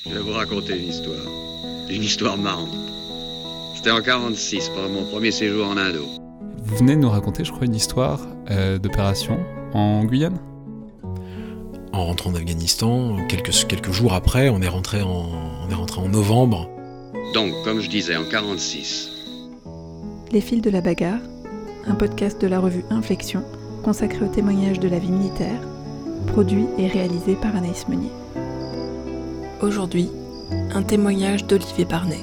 Je vais vous raconter une histoire. Une histoire marrante. C'était en 46, pendant mon premier séjour en Indo. Vous venez de nous raconter, je crois, une histoire d'opération en Guyane. En rentrant d'Afghanistan, quelques jours après, on est rentré en novembre. Donc, comme je disais, en 46. Les fils de la bagarre, un podcast de la revue Inflexion, consacré au témoignage de la vie militaire, produit et réalisé par Anaïs Meunier. Aujourd'hui, un témoignage d'Olivier Barnet.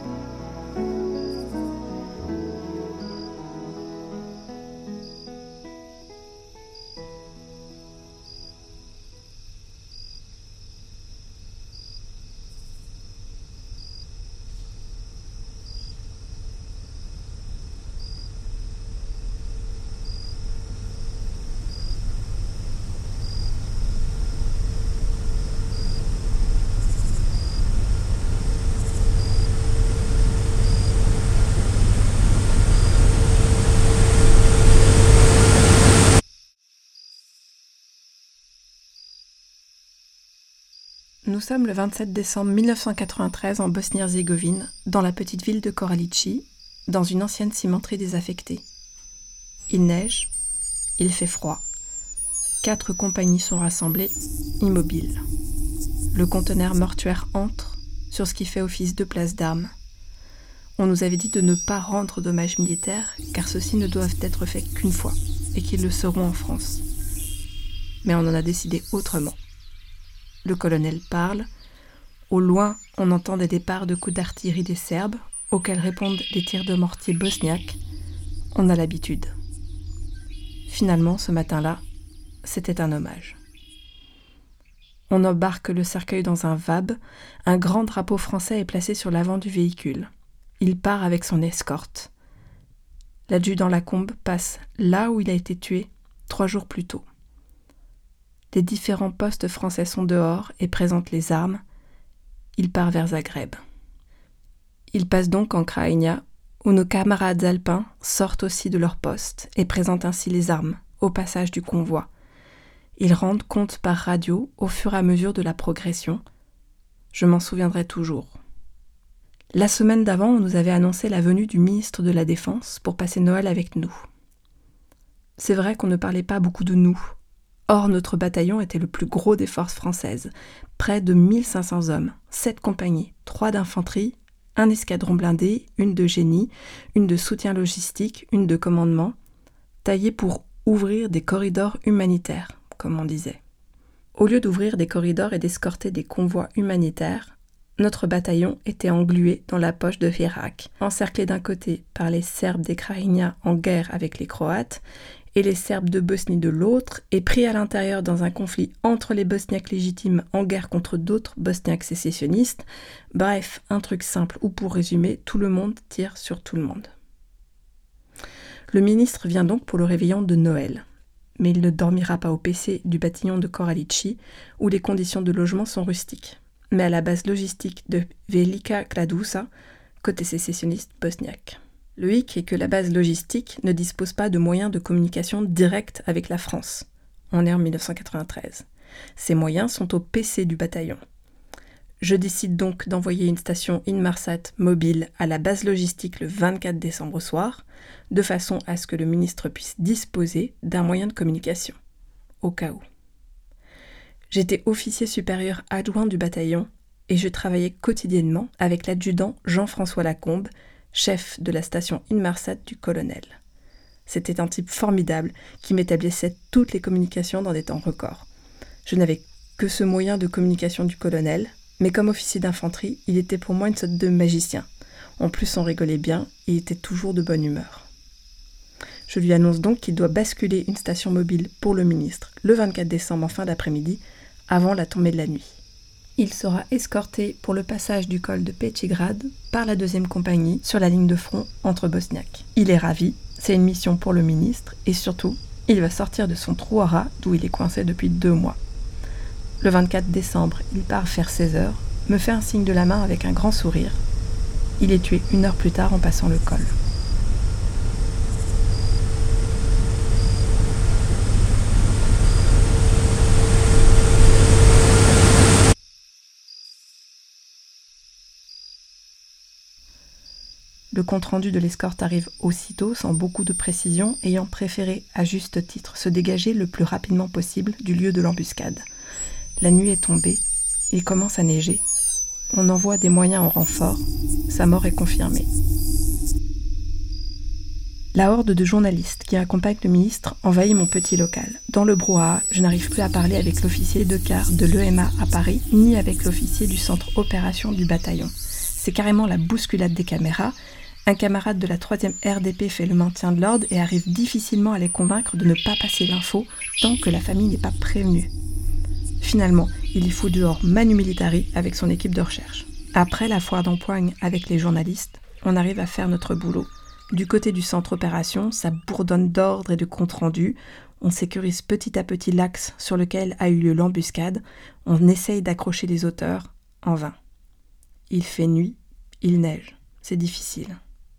Nous sommes le 27 décembre 1993 en Bosnie-Herzégovine, dans la petite ville de Koralići, dans une ancienne cimenterie désaffectée. Il neige, il fait froid. 4 compagnies sont rassemblées, immobiles. Le conteneur mortuaire entre sur ce qui fait office de place d'armes. On nous avait dit de ne pas rendre d'hommages militaires, car ceux-ci ne doivent être faits qu'une fois, et qu'ils le seront en France. Mais on en a décidé autrement. Le colonel parle. Au loin, on entend des départs de coups d'artillerie des Serbes, auxquels répondent des tirs de mortier bosniaques. On a l'habitude. Finalement, ce matin-là, c'était un hommage. On embarque le cercueil dans un VAB. Un grand drapeau français est placé sur l'avant du véhicule. Il part avec son escorte. L'adjudant Lacombe passe là où il a été tué 3 jours plus tôt. Les différents postes français sont dehors et présentent les armes. Il part vers Zagreb. Il passe donc en Krajina, où nos camarades alpins sortent aussi de leur poste et présentent ainsi les armes au passage du convoi. Ils rendent compte par radio au fur et à mesure de la progression. Je m'en souviendrai toujours. La semaine d'avant, on nous avait annoncé la venue du ministre de la Défense pour passer Noël avec nous. C'est vrai qu'on ne parlait pas beaucoup de nous. Or, notre bataillon était le plus gros des forces françaises, près de 1500 hommes, 7 compagnies, 3 d'infanterie, un escadron blindé, une de génie, une de soutien logistique, une de commandement, taillés pour ouvrir des corridors humanitaires, comme on disait. Au lieu d'ouvrir des corridors et d'escorter des convois humanitaires, notre bataillon était englué dans la poche de Virac, encerclé d'un côté par les Serbes des Krajina en guerre avec les Croates, et les Serbes de Bosnie de l'autre, et pris à l'intérieur dans un conflit entre les Bosniaques légitimes en guerre contre d'autres Bosniaques sécessionnistes. Bref, un truc simple où, pour résumer, tout le monde tire sur tout le monde. Le ministre vient donc pour le réveillon de Noël, mais il ne dormira pas au PC du bataillon de Koralići, où les conditions de logement sont rustiques, mais à la base logistique de Velika Kladuša, côté sécessionniste bosniaque. Le hic est que la base logistique ne dispose pas de moyens de communication directs avec la France. On est en 1993. Ces moyens sont au PC du bataillon. Je décide donc d'envoyer une station Inmarsat mobile à la base logistique le 24 décembre au soir, de façon à ce que le ministre puisse disposer d'un moyen de communication, au cas où. J'étais officier supérieur adjoint du bataillon et je travaillais quotidiennement avec l'adjudant Jean-François Lacombe, chef de la station Inmarsat du colonel. C'était un type formidable qui m'établissait toutes les communications dans des temps records. Je n'avais que ce moyen de communication du colonel, mais comme officier d'infanterie, il était pour moi une sorte de magicien. En plus, on rigolait bien et il était toujours de bonne humeur. Je lui annonce donc qu'il doit basculer une station mobile pour le ministre le 24 décembre en fin d'après-midi, avant la tombée de la nuit. Il sera escorté pour le passage du col de Pećigrad par la 2e compagnie sur la ligne de front entre Bosniaques. Il est ravi, c'est une mission pour le ministre et surtout, il va sortir de son trou à rats d'où il est coincé depuis 2 mois. Le 24 décembre, il part vers 16h, me fait un signe de la main avec un grand sourire. Il est tué 1 heure plus tard en passant le col. Le compte-rendu de l'escorte arrive aussitôt, sans beaucoup de précision, ayant préféré, à juste titre, se dégager le plus rapidement possible du lieu de l'embuscade. La nuit est tombée, il commence à neiger. On envoie des moyens en renfort, sa mort est confirmée. La horde de journalistes qui accompagne le ministre envahit mon petit local. Dans le brouhaha, je n'arrive plus à parler avec l'officier de quart de l'EMA à Paris, ni avec l'officier du centre opération du bataillon. C'est carrément la bousculade des caméras. Un camarade de la 3e RDP fait le maintien de l'ordre et arrive difficilement à les convaincre de ne pas passer l'info tant que la famille n'est pas prévenue. Finalement, il y fout dehors Manu Militari avec son équipe de recherche. Après la foire d'empoigne avec les journalistes, on arrive à faire notre boulot. Du côté du centre opération, ça bourdonne d'ordres et de comptes rendus. On sécurise petit à petit l'axe sur lequel a eu lieu l'embuscade. On essaye d'accrocher les auteurs, en vain. Il fait nuit, il neige. C'est difficile.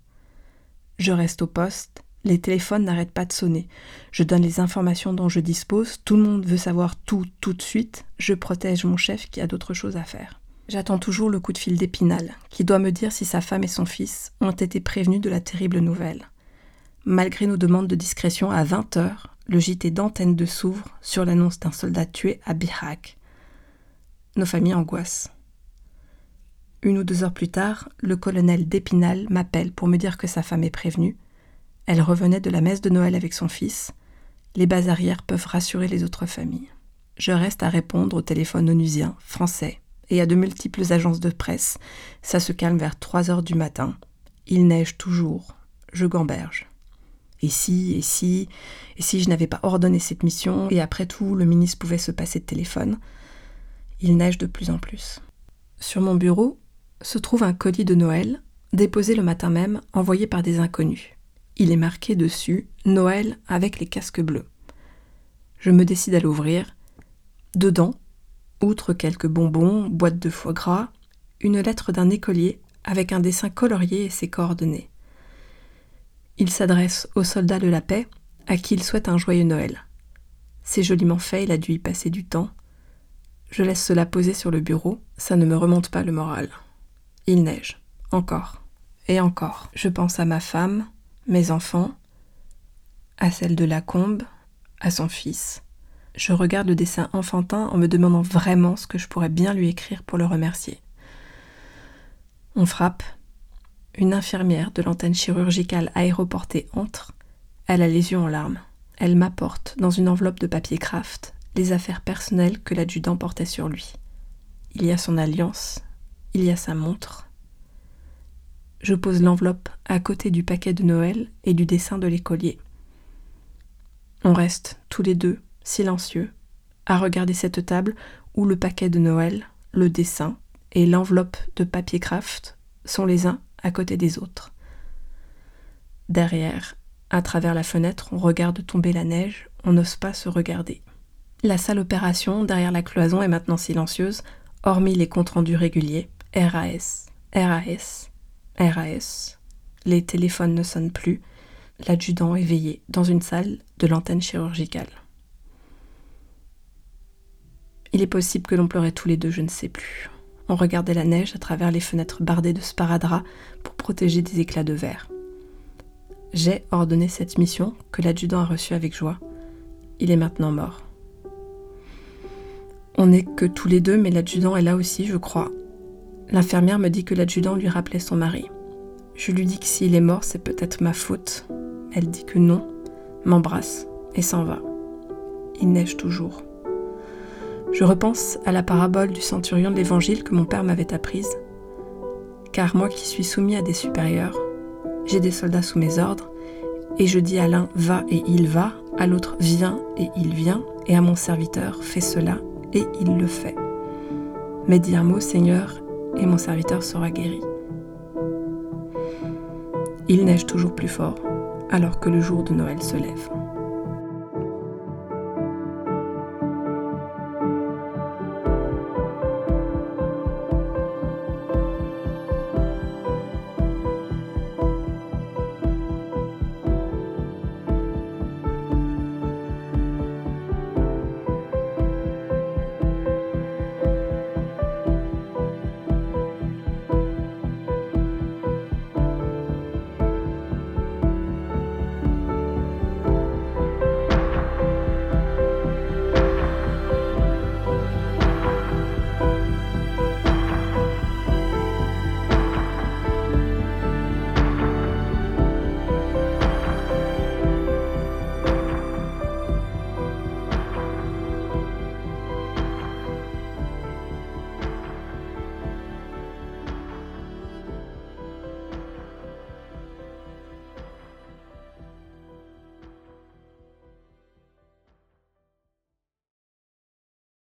Je reste au poste, les téléphones n'arrêtent pas de sonner. Je donne les informations dont je dispose, tout le monde veut savoir tout de suite. Je protège mon chef qui a d'autres choses à faire. J'attends toujours le coup de fil d'Épinal, qui doit me dire si sa femme et son fils ont été prévenus de la terrible nouvelle. Malgré nos demandes de discrétion, à 20h, le JT d'Antenne 2 s'ouvre sur l'annonce d'un soldat tué à Bihrak. Nos familles angoissent. 1 ou 2 heures plus tard, le colonel d'Épinal m'appelle pour me dire que sa femme est prévenue. Elle revenait de la messe de Noël avec son fils. Les bases arrières peuvent rassurer les autres familles. Je reste à répondre au téléphone onusien, français, et à de multiples agences de presse. Ça se calme vers 3h du matin. Il neige toujours. Je gamberge. Et si je n'avais pas ordonné cette mission, et après tout, le ministre pouvait se passer de téléphone. Il neige de plus en plus. Sur mon bureau se trouve un colis de Noël, déposé le matin même, envoyé par des inconnus. Il est marqué dessus « Noël avec les casques bleus ». Je me décide à l'ouvrir. Dedans, outre quelques bonbons, boîtes de foie gras, une lettre d'un écolier avec un dessin colorié et ses coordonnées. Il s'adresse au soldat de la paix, à qui il souhaite un joyeux Noël. C'est joliment fait, il a dû y passer du temps. Je laisse cela poser sur le bureau, ça ne me remonte pas le moral. Il neige, encore, et encore. Je pense à ma femme, mes enfants, à celle de Lacombe, à son fils. Je regarde le dessin enfantin en me demandant vraiment ce que je pourrais bien lui écrire pour le remercier. On frappe. Une infirmière de l'antenne chirurgicale aéroportée entre. Elle a les yeux en larmes. Elle m'apporte, dans une enveloppe de papier craft, les affaires personnelles que l'adjudant portait sur lui. Il y a son alliance, il y a sa montre. Je pose l'enveloppe à côté du paquet de Noël et du dessin de l'écolier. On reste, tous les deux, silencieux, à regarder cette table où le paquet de Noël, le dessin et l'enveloppe de papier craft sont les uns à côté des autres. Derrière, à travers la fenêtre, on regarde tomber la neige, on n'ose pas se regarder. La salle opération, derrière la cloison, est maintenant silencieuse, hormis les comptes rendus réguliers. RAS, RAS, RAS. Les téléphones ne sonnent plus. L'adjudant est veillé dans une salle de l'antenne chirurgicale. Il est possible que l'on pleurait tous les deux, je ne sais plus. On regardait la neige à travers les fenêtres bardées de sparadrap pour protéger des éclats de verre. J'ai ordonné cette mission que l'adjudant a reçue avec joie. Il est maintenant mort. On n'est que tous les deux, mais l'adjudant est là aussi, je crois. L'infirmière me dit que l'adjudant lui rappelait son mari. Je lui dis que s'il est mort, c'est peut-être ma faute. Elle dit que non, m'embrasse et s'en va. Il neige toujours. Je repense à la parabole du centurion de l'Évangile que mon père m'avait apprise. Car moi qui suis soumis à des supérieurs, j'ai des soldats sous mes ordres, et je dis à l'un « va » et il va, à l'autre « viens » et il vient, et à mon serviteur « fais cela » et il le fait. Mais dis un mot, Seigneur, et mon serviteur sera guéri. Il neige toujours plus fort, alors que le jour de Noël se lève.